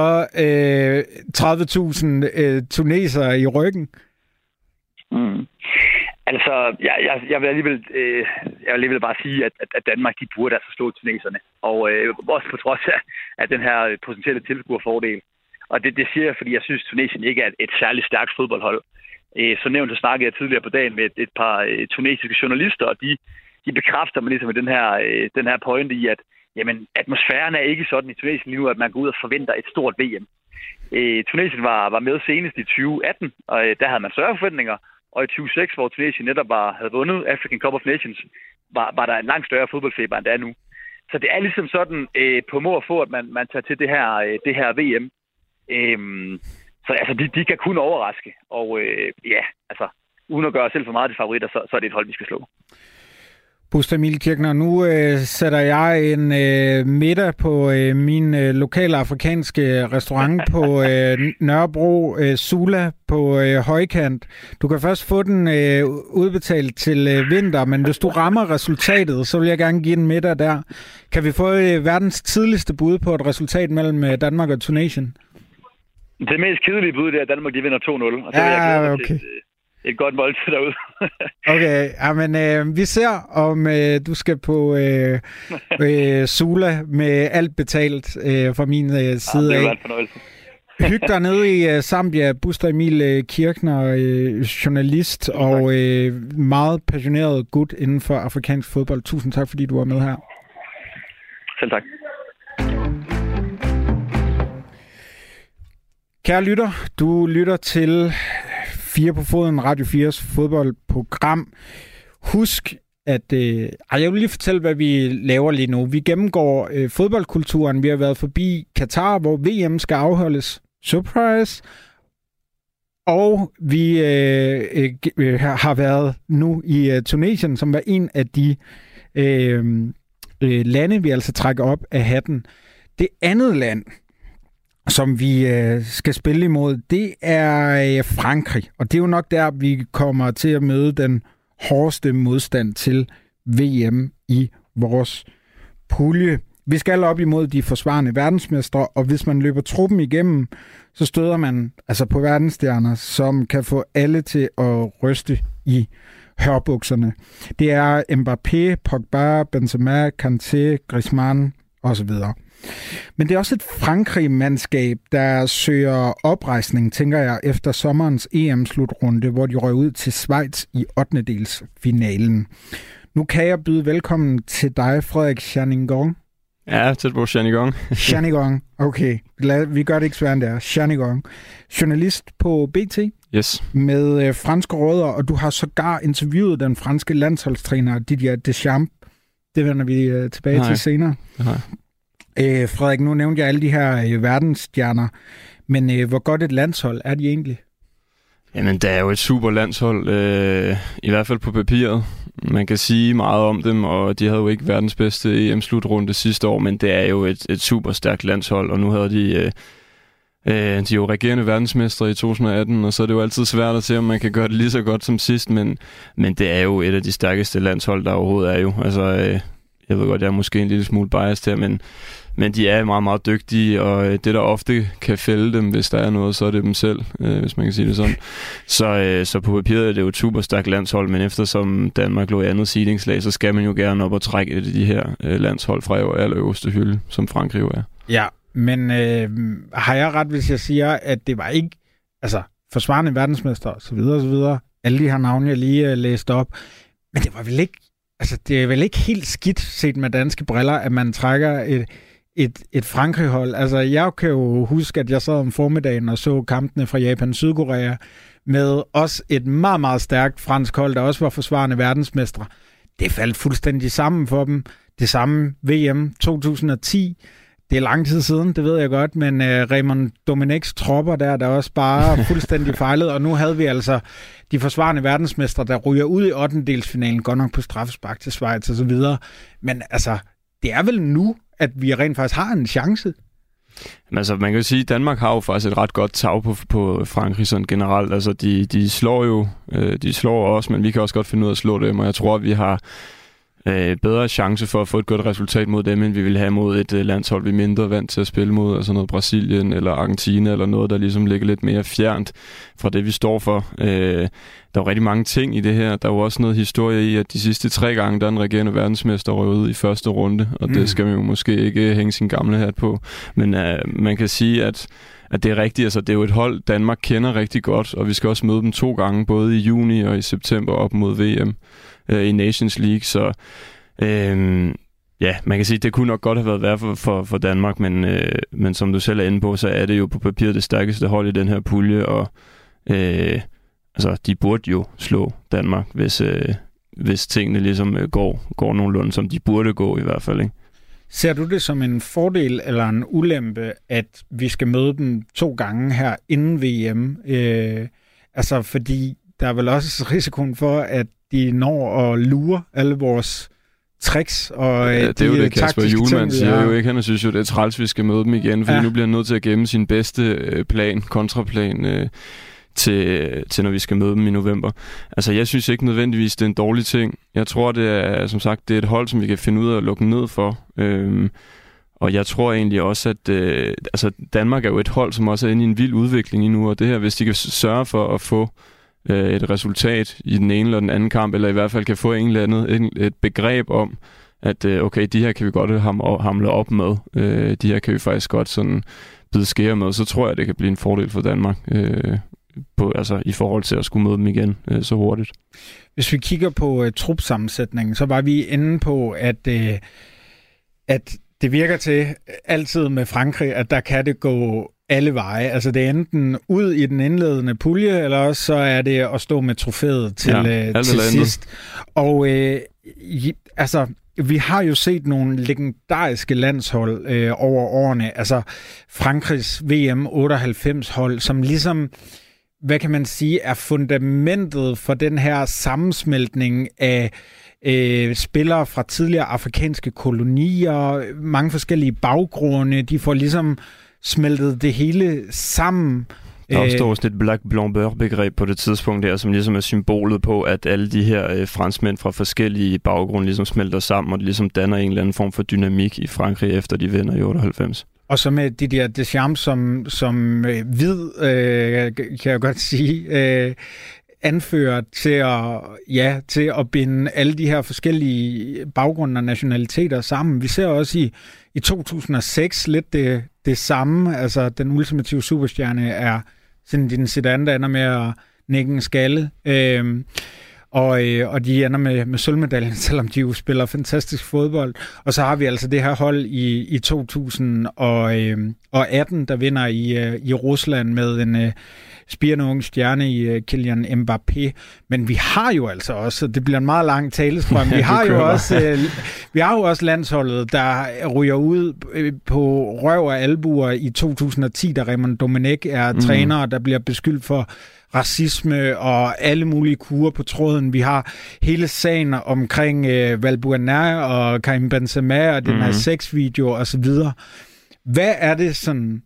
30.000 tunesere i ryggen. Altså, jeg vil alligevel bare sige, at Danmark, de burde altså slå tuneserne. Og også på trods af den her potentielle tilskuerfordel. Og det siger jeg, fordi jeg synes, Tunesien ikke er et særligt stærkt fodboldhold. Så nævnt, så snakkede jeg tidligere på dagen med et par tunesiske journalister, og de bekræfter mig ligesom med den her pointe i, at jamen, atmosfæren er ikke sådan i Tunesien lige nu, at man går ud og forventer et stort VM. Tunesien var med senest i 2018, og der havde man større forventninger. Og i 2006, hvor Tunesien netop havde vundet African Cup of Nations, var der en langt større fodboldfeber, end der er nu. Så det er ligesom sådan på må og få, at man tager til det her VM. Så altså, de kan kun overraske. Og uden at gøre selv for meget til favoritter, så er det et hold, vi skal slå. Buster Emil Kirchner, nu sætter jeg en middag på min lokale afrikanske restaurant på Nørrebro, Sula på højkant. Du kan først få den udbetalt til vinter, men hvis du rammer resultatet, så vil jeg gerne give en middag der. Kan vi få verdens tidligste bud på et resultat mellem Danmark og Tunesien? Det mest kedelige bud, det er, at Danmark de vinder 2-0. Og så vil jeg glæde til et godt måltid derude. Okay, men vi ser, om du skal på Sula med alt betalt fra min side af. Det var en fornøjelse. Hyg dig nede i Zambia. Buster Emil Kirchner, journalist og meget passioneret gut inden for afrikansk fodbold. Tusind tak, fordi du var med her. Selv tak. Kære lytter, du lytter til 4 på foden, Radio 4's fodboldprogram. Husk, at jeg vil lige fortælle, hvad vi laver lige nu. Vi gennemgår fodboldkulturen. Vi har været forbi Katar, hvor VM skal afholdes. Surprise! Og vi har været nu i Tunesien, som var en af de lande, vi altså trækker op af hatten. Det andet land, som vi skal spille imod, det er Frankrig. Og det er jo nok der, vi kommer til at møde den hårdeste modstand til VM i vores pulje. Vi skal op imod de forsvarende verdensmestre, og hvis man løber truppen igennem, så støder man altså på verdensstjerner, som kan få alle til at ryste i hørbukserne. Det er Mbappé, Pogba, Benzema, Kanté, Griezmann osv. Men det er også et Frankrig-mandskab, der søger oprejsning, tænker jeg, efter sommerens EM-slutrunde, hvor de røg ud til Schweiz i 8-delsfinalen. Nu kan jeg byde velkommen til dig, Frederik Tjerning-Gong. Ja, tæt på Tjerning-Gong. Tjerning-Gong, okay. Vi gør det ikke sværere end det er. Tjerning-Gong. Journalist på BT. Yes. Med franske rødder, og du har sågar interviewet den franske landsholdstræner Didier Deschamps. Det vender vi tilbage til senere. Frederik, nu nævnte jeg alle de her verdensstjerner, men hvor godt et landshold er de egentlig? Jamen, det er jo et super landshold, i hvert fald på papiret. Man kan sige meget om dem, og de havde jo ikke verdens bedste EM-slutrunde sidste år, men det er jo et super stærkt landshold, og nu havde de er jo regerende verdensmestre i 2018, og så er det jo altid svært at se, om man kan gøre det lige så godt som sidst, men det er jo et af de stærkeste landshold, der overhovedet er jo. Altså, jeg ved godt, jeg er måske en lille smule biased her, men de er meget, meget dygtige, og det, der ofte kan fælde dem, hvis der er noget, så er det dem selv, hvis man kan sige det sådan. Så på papiret er det jo et super stærkt landshold, men eftersom Danmark lå i andet seedingslag, så skal man jo gerne op og trække et af de her landshold fra allerøverste hylde, som Frankrig jo er. Ja, men har jeg ret, hvis jeg siger, at det var ikke forsvarende verdensmester og så videre, alle de her navne, jeg lige læste op, men det var vel ikke, det er vel ikke helt skidt set med danske briller, at man trækker et Frankrig-hold. Altså, jeg kan jo huske, at jeg sad om formiddagen og så kampene fra Japan og Sydkorea med også et meget, meget stærkt fransk hold, der også var forsvarende verdensmestre. Det faldt fuldstændig sammen for dem. Det samme VM 2010. Det er lang tid siden, det ved jeg godt, men Raymond Domenechs tropper der også bare fuldstændig fejlet, og nu havde vi altså de forsvarende verdensmestre, der ryger ud i 8-delsfinalen, godt nok på straffespark til Schweiz og så videre. Men altså, det er vel nu, at vi rent faktisk har en chance? Men altså, man kan jo sige, at Danmark har jo faktisk et ret godt tag på Frankrig sådan generelt. Altså, de slår jo, de slår os, men vi kan også godt finde ud af at slå dem, og jeg tror, at vi har bedre chance for at få et godt resultat mod dem, end vi vil have mod et landshold, vi er mindre vant til at spille mod, altså noget Brasilien eller Argentina, eller noget, der ligesom ligger lidt mere fjernt fra det, vi står for. Der er rigtig mange ting i det her. Der er jo også noget historie i, at de sidste 3 gange, der er en regerende verdensmester røget ud i første runde, og det skal man jo måske ikke hænge sin gamle hat på. Men man kan sige, at det er rigtigt. Altså, det er jo et hold, Danmark kender rigtig godt, og vi skal også møde dem 2 gange, både i juni og i september op mod VM i Nations League, så Ja, man kan sige, at det kunne nok godt have været værd for Danmark, men som du selv er inde på, så er det jo på papiret det stærkeste hold i den her pulje, og de burde jo slå Danmark, hvis tingene ligesom går nogenlunde, som de burde gå i hvert fald, ikke? Ser du det som en fordel eller en ulempe, at vi skal møde dem 2 gange her inden VM? Fordi der er vel også risikoen for, at de når at lure alle vores tricks og det er jo det, Kasper Hjulmand siger jo ikke. Han synes jo, det er træls, vi skal møde dem igen, fordi nu bliver han nødt til at gemme sin bedste kontraplan, til når vi skal møde dem i november. Altså, jeg synes ikke nødvendigvis, det er en dårlig ting. Jeg tror, det er, som sagt, det er et hold, som vi kan finde ud af at lukke ned for. Og jeg tror egentlig også, at Danmark er jo et hold, som også er inde i en vild udvikling lige nu, og det her, hvis de kan sørge for at få et resultat i den ene eller den anden kamp, eller i hvert fald kan få et begreb om, at okay, de her kan vi godt hamle op med. De her kan vi faktisk godt sådan bide skære med. Så tror jeg, det kan blive en fordel for Danmark i forhold til at skulle møde dem igen så hurtigt. Hvis vi kigger på trupsammensætningen, så var vi inde på, at det virker til altid med Frankrig, at der kan det gå alle veje. Altså det er enten ud i den indledende pulje, eller også så er det at stå med trofæet til sidst. Og vi har jo set nogle legendariske landshold over årene. Altså Frankrigs VM 98-hold, som ligesom, hvad kan man sige, er fundamentet for den her sammensmeltning af spillere fra tidligere afrikanske kolonier, mange forskellige baggrunde. De får ligesom smeltet det hele sammen. Der opstår også et black blanc-begreb på det tidspunkt der, som ligesom er symbolet på, at alle de her franskmænd fra forskellige baggrunde ligesom smelter sammen, og det ligesom danner en eller anden form for dynamik i Frankrig, efter de vinder i 98. Og så med Didier Deschamps som hvid, kan jeg godt sige, anfører til at binde alle de her forskellige baggrunde og nationaliteter sammen. Vi ser også i 2006 lidt det samme. Altså, den ultimative superstjerne er Zinedine Zidane, der ender med at nikke en skalle. Og de ender med sølvmedaljen, selvom de jo spiller fantastisk fodbold. Og så har vi altså det her hold i 2018, der vinder i Rusland med en spirende ung stjerne i Kylian Mbappé. Men vi har jo altså også, det bliver en meget lang talestrøm, vi har jo også landsholdet, der ryger ud på røv og albuer i 2010, da Raymond Domenech er træner, der bliver beskyldt for racisme og alle mulige kurer på tråden. Vi har hele sagen omkring Valbuena og Karim Benzema og den her sexvideo og så videre. Hvad er det sådan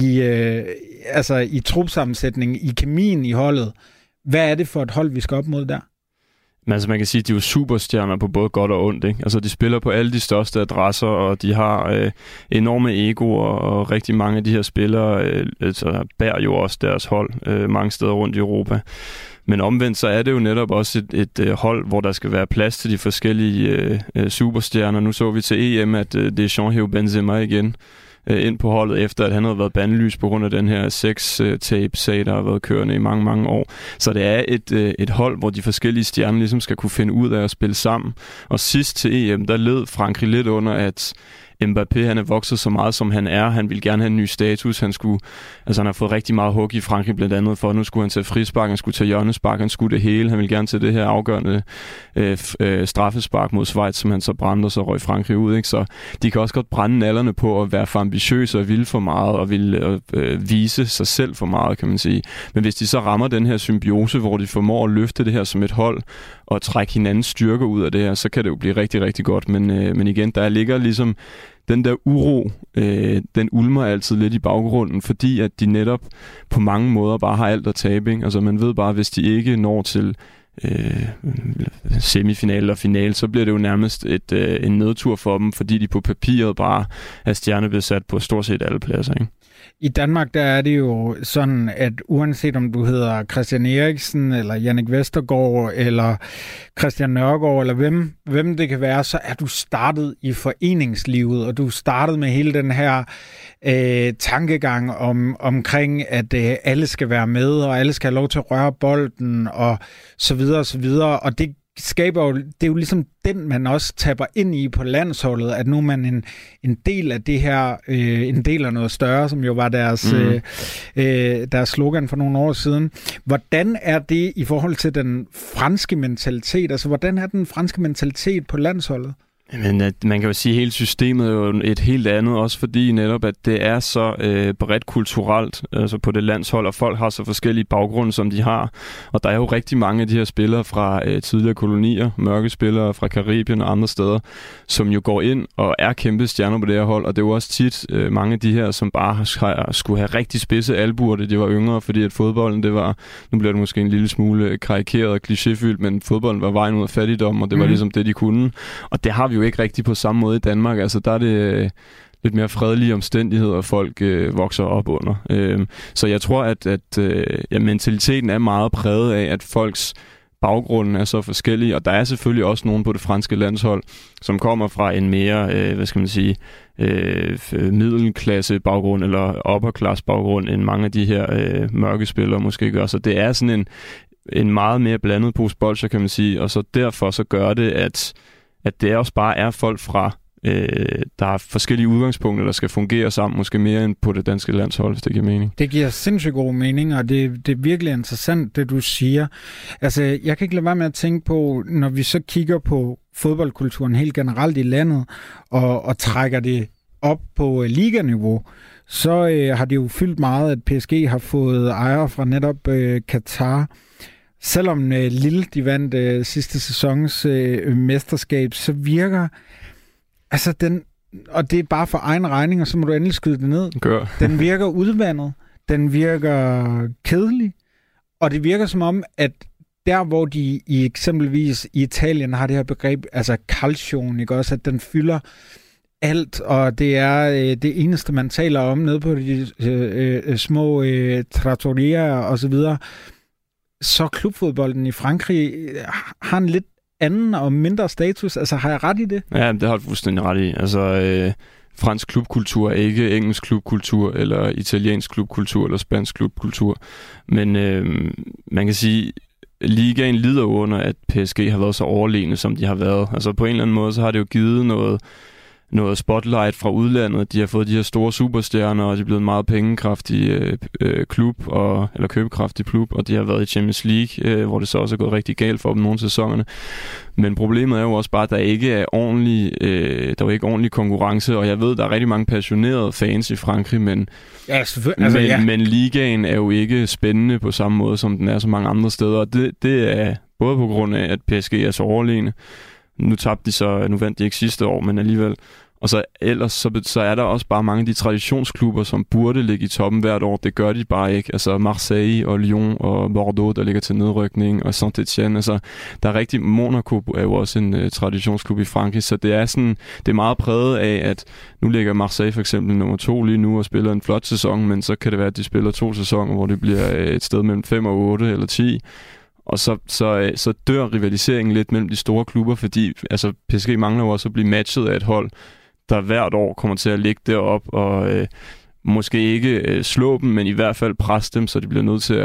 i trupsammensætningen, i kemien i holdet? Hvad er det for et hold, vi skal op mod der? Men altså, man kan sige, at de er jo superstjerner på både godt og ondt, ikke? Altså, de spiller på alle de største adresser, og de har enorme egoer, og rigtig mange af de her spillere bærer jo også deres hold mange steder rundt i Europa. Men omvendt, så er det jo netop også et hold, hvor der skal være plads til de forskellige superstjerner. Nu så vi til EM, at Deschamps hævde Benzema igen ind på holdet, efter at han havde været bandlyst på grund af den her sex-tape-sag, der har været kørende i mange, mange år. Så det er et hold, hvor de forskellige stjerner ligesom skal kunne finde ud af at spille sammen. Og sidst til EM, der led Frankrig lidt under, at Mbappé, han er vokset så meget, som han er. Han ville gerne have en ny status. Han har fået rigtig meget hug i Frankrig, blandt andet for, nu skulle han tage frispark, han skulle tage hjørnespark, han skulle det hele. Han ville gerne tage det her afgørende straffespark mod Schweiz, som han så brændte, og så røg Frankrig ud. Ikke? Så de kan også godt brænde nallerne på at være for ambitiøse og ville for meget, og ville vise sig selv for meget, kan man sige. Men hvis de så rammer den her symbiose, hvor de formår at løfte det her som et hold, og trække hinandens styrker ud af det her, så kan det jo blive rigtig, rigtig godt. Men igen, der ligger ligesom den der uro, den ulmer altid lidt i baggrunden, fordi at de netop på mange måder bare har alt at tabe. Ikke? Altså man ved bare, hvis de ikke når til semifinal eller final, så bliver det jo nærmest en nedtur for dem, fordi de på papiret bare er stjernebesat på stort set alle pladser. Ikke? I Danmark, der er det jo sådan, at uanset om du hedder Christian Eriksen, eller Jannik Vestergaard, eller Christian Nørgaard, eller hvem det kan være, så er du startet i foreningslivet, og du startet med hele den her tankegang omkring, at alle skal være med, og alle skal have lov til at røre bolden, og så videre, og så videre. Og det skaber jo, det er jo ligesom den, man også tapper ind i på landsholdet, at nu er man en del af det her, en del af noget større, som jo var deres slogan for nogle år siden. Hvordan er det i forhold til den franske mentalitet? Altså, hvordan er den franske mentalitet på landsholdet? Men man kan jo sige, at hele systemet er jo et helt andet, også fordi netop, at det er så bredt kulturelt altså på det landshold, og folk har så forskellige baggrunde, som de har. Og der er jo rigtig mange af de her spillere fra tidligere kolonier, mørke spillere fra Karibien og andre steder, som jo går ind og er kæmpe stjerner på det her hold. Og det er jo også tit mange af de her, som bare skulle have rigtig spidse albuer, da de var yngre, fordi at fodbolden, det var, nu bliver det måske en lille smule karikeret og klichéfyldt, men fodbolden var vejen ud af fattigdom, og det var ligesom det, de kunne. Og det har vi jo ikke rigtig på samme måde i Danmark. Altså, der er det lidt mere fredelige omstændigheder, folk vokser op under. Så jeg tror, at mentaliteten er meget præget af, at folks baggrunden er så forskellige, og der er selvfølgelig også nogen på det franske landshold, som kommer fra en mere, middelklasse baggrund eller upperklasse baggrund, end mange af de her mørke spillere måske gør. Så det er sådan en meget mere blandet pose bolsjer, kan man sige, og så derfor så gør det, at det også bare er folk fra, der har forskellige udgangspunkter, der skal fungere sammen, måske mere end på det danske landshold, hvis det giver mening. Det giver sindssygt god mening, og det er virkelig interessant, det du siger. Altså, jeg kan ikke lade være med at tænke på, når vi så kigger på fodboldkulturen helt generelt i landet, og trækker det op på liganiveau, så har det jo fyldt meget, at PSG har fået ejere fra netop Katar. Selvom Lille, de vandt sidste sæsons mesterskab, så virker altså den, og det er bare for egen regning, og så må du endelig skyde det ned. Gør. Den virker udvandet, den virker kedelig, og det virker som om, at der hvor de i eksempelvis i Italien har det her begreb, altså calcion, ikke også, at den fylder alt, og det er det eneste, man taler om nede på de små trattorier og så videre. Så klubfodbolden i Frankrig har en lidt anden og mindre status. Altså, har jeg ret i det? Ja, det har du fuldstændig ret i. Altså, fransk klubkultur er ikke engelsk klubkultur, eller italiensk klubkultur, eller spansk klubkultur. Men man kan sige, ligaen lider under, at PSG har været så overlegne, som de har været. Altså, på en eller anden måde, så har det jo givet noget spotlight fra udlandet. De har fået de her store superstjerner, og de er blevet en meget pengekraftig klub, eller købekraftig klub, og de har været i Champions League, hvor det så også er gået rigtig galt for dem nogle sæsonerne. Men problemet er jo også bare, at der ikke er ordentlig konkurrence, og jeg ved, der er rigtig mange passionerede fans i Frankrig, men ligaen er jo ikke spændende på samme måde, som den er så mange andre steder, og det er både på grund af, at PSG er så overlegne. Nu vandt de ikke sidste år, men alligevel. Og så ellers så er der også bare mange af de traditionsklubber, som burde ligge i toppen hvert år. Det gør de bare ikke. Altså Marseille og Lyon og Bordeaux, der ligger til nedrykning, og Saint-Etienne. Altså, der er rigtig... Monaco er jo også en traditionsklub i Frankrig, så det er meget præget af, at nu ligger Marseille for eksempel nummer 2 lige nu og spiller en flot sæson, men så kan det være, at de spiller 2 sæsoner, hvor det bliver et sted mellem 5 og 8 eller 10. Og så dør rivaliseringen lidt mellem de store klubber, fordi altså, PSG mangler jo også at blive matchet af et hold, der hvert år kommer til at ligge derop og måske ikke slå dem, men i hvert fald presse dem, så de bliver nødt til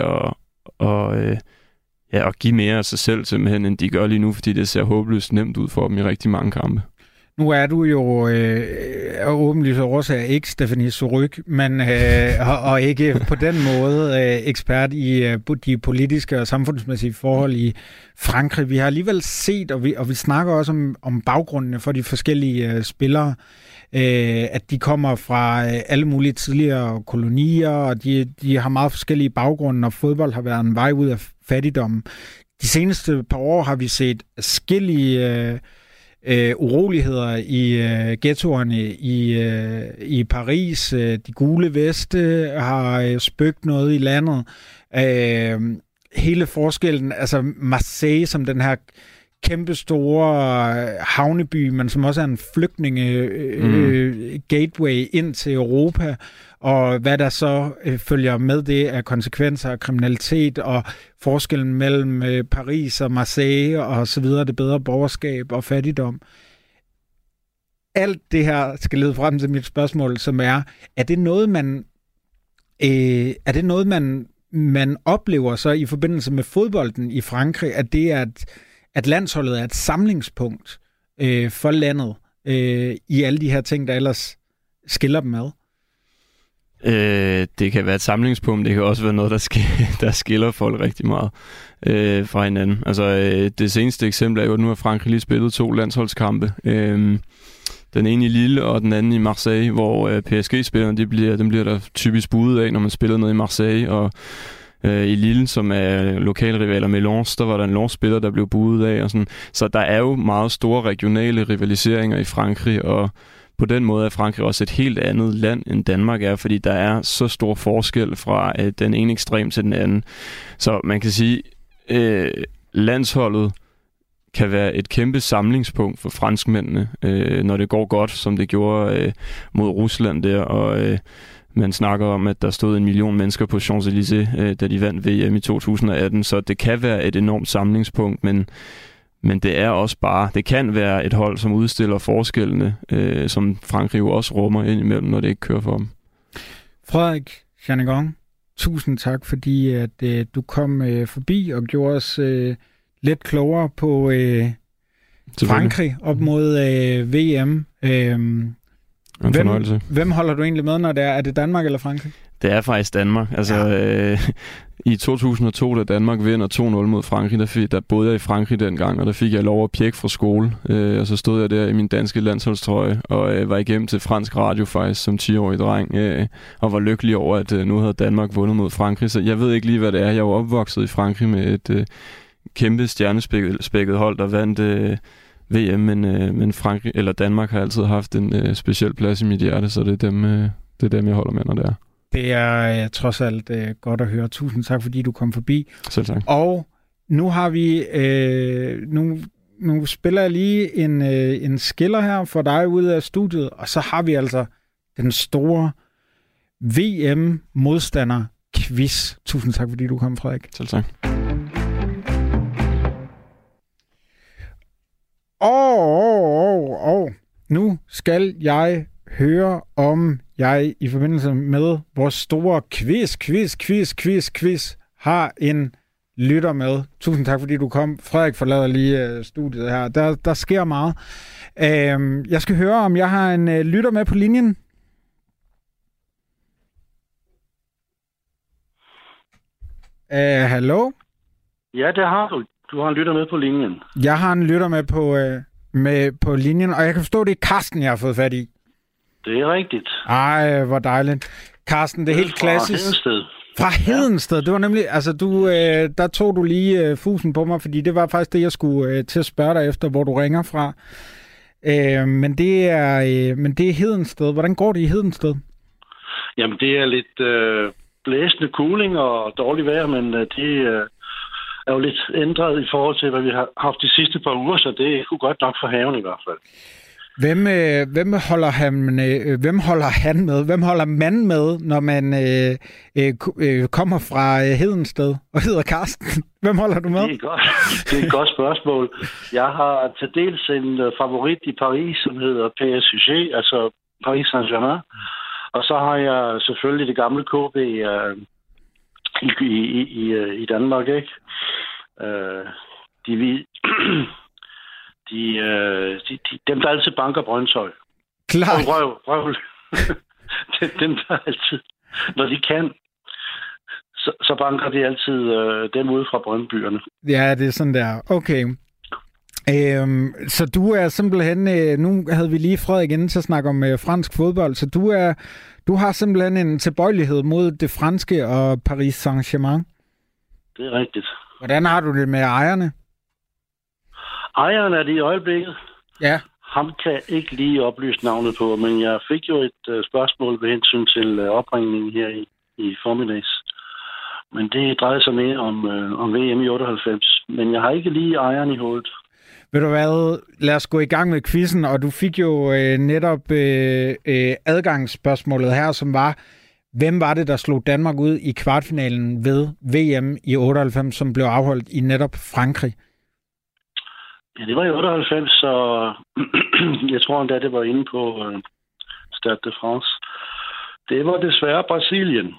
at give mere af sig selv simpelthen, end de gør lige nu, fordi det ser håbløst nemt ud for dem i rigtig mange kampe. Nu er du jo åbenlyst årsag ikke Stephanie Surrugue, men og ikke på den måde ekspert i de politiske og samfundsmæssige forhold i Frankrig. Vi har alligevel set, og vi snakker også om baggrundene for de forskellige spillere, at de kommer fra alle mulige tidligere kolonier, og de har meget forskellige baggrunde, og fodbold har været en vej ud af fattigdommen. De seneste par år har vi set forskellige uroligheder i ghettoerne i Paris. De gule veste har spøgt noget i landet. Hele forskellen, altså Marseille som den her kæmpe store havneby, men som også er en gateway ind til Europa, og hvad der så følger med det af konsekvenser af kriminalitet, og forskellen mellem Paris og Marseille og så videre, det bedre borgerskab og fattigdom. Alt det her skal lede frem til mit spørgsmål, som er det noget, man oplever så i forbindelse med fodbolden i Frankrig, at det er at landsholdet er et samlingspunkt for landet i alle de her ting, der ellers skiller dem ad? Det kan være et samlingspunkt, det kan også være noget, der skiller folk rigtig meget fra hinanden. Altså, det seneste eksempel er jo, at nu har Frankrig lige spillet 2 landsholdskampe. Den ene i Lille og den anden i Marseille, hvor PSG-spillerne, dem bliver der typisk budet af, når man spiller ned i Marseille, og i Lille, som er lokalrivaler med Lens, der var der en Lens-spiller, der blev budet af. Og sådan. Så der er jo meget store regionale rivaliseringer i Frankrig, og på den måde er Frankrig også et helt andet land, end Danmark er, fordi der er så stor forskel fra den ene ekstrem til den anden. Så man kan sige, landsholdet kan være et kæmpe samlingspunkt for franskmændene, når det går godt, som det gjorde mod Rusland der, og man snakker om, at der stod 1 million mennesker på Champs-Élysées, da de vandt VM i 2018, så det kan være et enormt samlingspunkt, men det er også bare, det kan være et hold, som udstiller forskellene, som Frankrig jo også rummer ind imellem, når det ikke kører for dem. Frederik Janegon, tusind tak, fordi at du kom forbi og gjorde os lidt klogere på Frankrig op mod VM. Hvem holder du egentlig med, når det er? Er det Danmark eller Frankrig? Det er faktisk Danmark. Altså, i 2002, da Danmark vinder 2-0 mod Frankrig, der boede jeg i Frankrig dengang, og der fik jeg lov at pjekke fra skole. Og så stod jeg der i min danske landsholdstrøje, og var igennem til fransk radio faktisk som 10-årig dreng, og var lykkelig over, at nu havde Danmark vundet mod Frankrig. Så jeg ved ikke lige, hvad det er. Jeg var opvokset i Frankrig med et kæmpe stjernespækket hold, der vandt VM, men Frankrig eller Danmark har altid haft en speciel plads i mit hjerte, så det er dem, jeg holder med, når det er. Det er trods alt godt at høre. Tusind tak, fordi du kom forbi. Selv tak. Og nu har vi nu spiller jeg lige en skiller her for dig ude af studiet, og så har vi altså den store VM-modstander-quiz. Tusind tak, fordi du kom, Frederik. Selv tak. Og nu skal jeg høre, om jeg i forbindelse med vores store quiz har en lytter med. Tusind tak, fordi du kom. Frederik forlader lige studiet her. Der sker meget. Jeg skal høre, om jeg har en lytter med på linjen. Hallo? Ja, det har du. Du har en lytter med på linjen. Jeg har en lytter med på linjen, og jeg kan forstå, det er Carsten, jeg har fået fat i. Det er rigtigt. Ej, hvor dejligt. Carsten, det er helt klassisk. Fra Hedensted. Fra Hedensted? Det var nemlig, altså der tog du lige fusen på mig, fordi det var faktisk det, jeg skulle til at spørge dig efter, hvor du ringer fra. Men det er Hedensted. Hvordan går det i Hedensted? Jamen, det er lidt blæsende kuling og dårligt vejr, men det er jo lidt ændret i forhold til, hvad vi har haft de sidste par uger, så det kunne godt nok for haven i hvert fald. Hvem holder han med? Hvem holder man med, når man kommer fra Hedensted og hedder Carsten? Hvem holder du med? Det er et godt spørgsmål. Jeg har til dels en favorit i Paris, som hedder PSG, altså Paris Saint-Germain. Og så har jeg selvfølgelig det gamle KB i Danmark, ikke? Dem, der altid banker Brøndshøj. Klart. Røv. Dem, der altid, når de kan, så banker de altid dem ude fra Brøndbyerne. Ja, det er sådan der. Okay. Så du er simpelthen, nu havde vi lige Frederik inden til at snakke om fransk fodbold, så du har simpelthen en tilbøjelighed mod det franske og Paris Saint-Germain. Det er rigtigt. Hvordan har du det med ejerne? Ejeren er det i øjeblikket. Ja. Ham kan jeg ikke lige oplyse navnet på, men jeg fik jo et spørgsmål ved hensyn til opringningen her i formiddags. Men det drejer sig mere om VM i 98. Men jeg har ikke lige ejeren i hovedet. Ved du hvad, lad os gå i gang med quizzen, og du fik jo netop adgangsspørgsmålet her, som var, hvem var det, der slog Danmark ud i kvartfinalen ved VM i 98, som blev afholdt i netop Frankrig? Ja, det var i 98, så jeg tror endda, det var inde på Stade de France. Det var desværre Brasilien.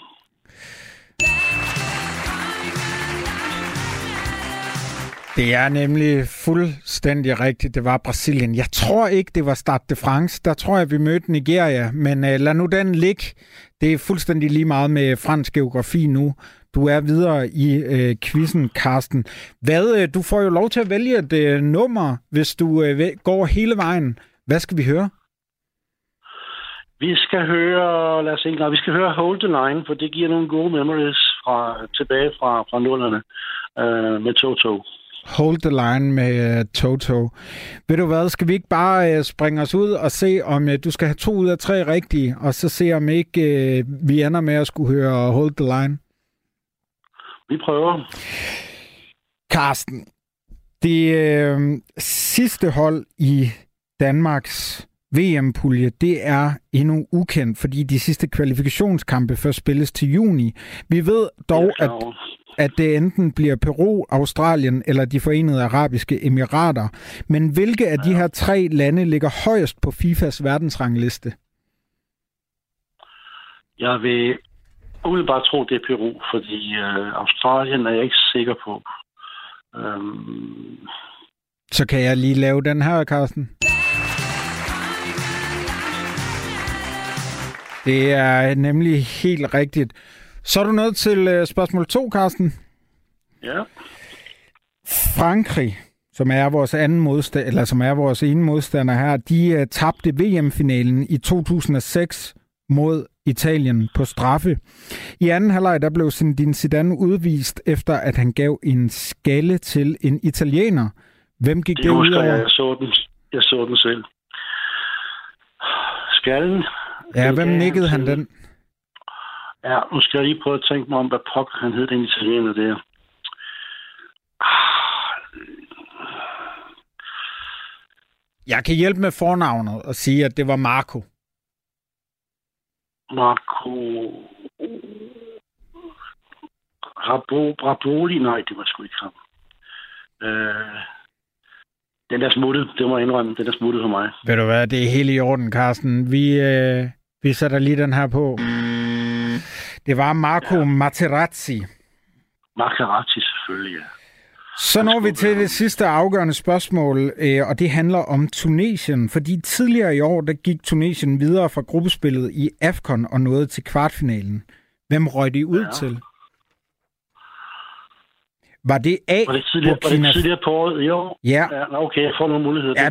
Det er nemlig fuldstændig rigtigt. Det var Brasilien. Jeg tror ikke, det var Stade de France. Der tror jeg, vi mødte Nigeria. Men lad nu den ligge. Det er fuldstændig lige meget med fransk geografi nu. Du er videre i quizzen, Carsten. Du får jo lov til at vælge et nummer, hvis du går hele vejen. Hvad skal vi høre? Vi skal høre Hold the Line, for det giver nogle gode memories tilbage fra nullerne med Toto. Hold the Line med Toto. Ved du hvad, skal vi ikke bare springe os ud og se, om du skal have 2 ud af 3 rigtige, og så se, om ikke vi ender med at skulle høre Hold the Line? Vi prøver. Carsten, det sidste hold i Danmarks VM-pulje, det er endnu ukendt, fordi de sidste kvalifikationskampe først spilles til juni. Vi ved dog, at det enten bliver Peru, Australien eller de Forenede Arabiske Emirater. Men hvilke af de her 3 lande ligger højest på FIFAs verdensrangliste? Jeg vil umiddelbart tro, det er Peru, fordi Australien er jeg ikke sikker på. Så kan jeg lige lave den her, Carsten. Det er nemlig helt rigtigt. Så er du nået til spørgsmål 2, Carsten. Ja. Frankrig, som er vores ene modstander her, de tabte VM-finalen i 2006 mod Italien på straffe. I anden halvleg der blev Zinedine Zidane udvist efter at han gav en skalle til en italiener. Hvem gik det ud over? Jeg så den selv. Skallen. Ja, hvem nikkede han den? Ja, nu skal jeg lige prøve at tænke mig om, hvad pokker han hed, den italiener der. Jeg kan hjælpe med fornavnet og sige, at det var Marco. Raboli? Nej, det var sgu ikke ham. Den der smuttede, det må jeg indrømme, den der smuttede for mig. Ved du hvad, det er helt i orden, Carsten. Vi sætter lige den her på. Det var Marco Materazzi. Materazzi, selvfølgelig, ja. Så når vi til det sidste afgørende spørgsmål, og det handler om Tunesien. Fordi tidligere i år, der gik Tunesien videre fra gruppespillet i AFCON og nåede til kvartfinalen. Hvem røg de ud til? Var det A? Var det tidligere på året? Jo. Ja. Okay, jeg får nogle muligheder. Ja,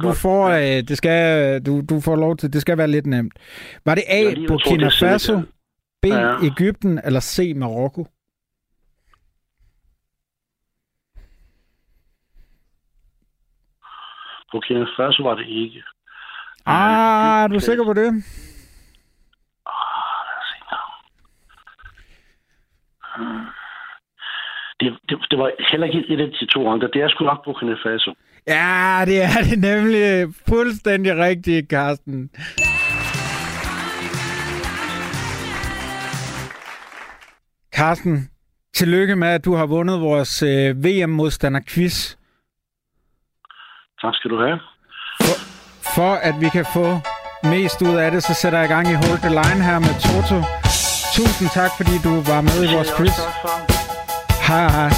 du får lov til. Det skal være lidt nemt. Var det A, Burkina Faso, B, Egypten eller C, Marokko? Burkina Faso var det ikke. Er du sikker på det? Det var heller ikke et af de 2 andre. Det er sgu nok Burkina Faso. Ja, det er det nemlig fuldstændig rigtigt, Carsten. Carsten, tillykke med, at du har vundet vores VM-modstander-quiz. Tak skal du have. For at vi kan få mest ud af det, så sætter jeg i gang i Hold the Line her med Toto. Tusind tak, fordi du var med i vores quiz. Hej, hej.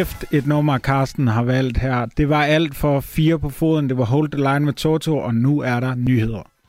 kæft et nummer, Carsten har valgt her. Det var alt for 4 på foden. Det var Hold the Line med Toto, og nu er der nyheder.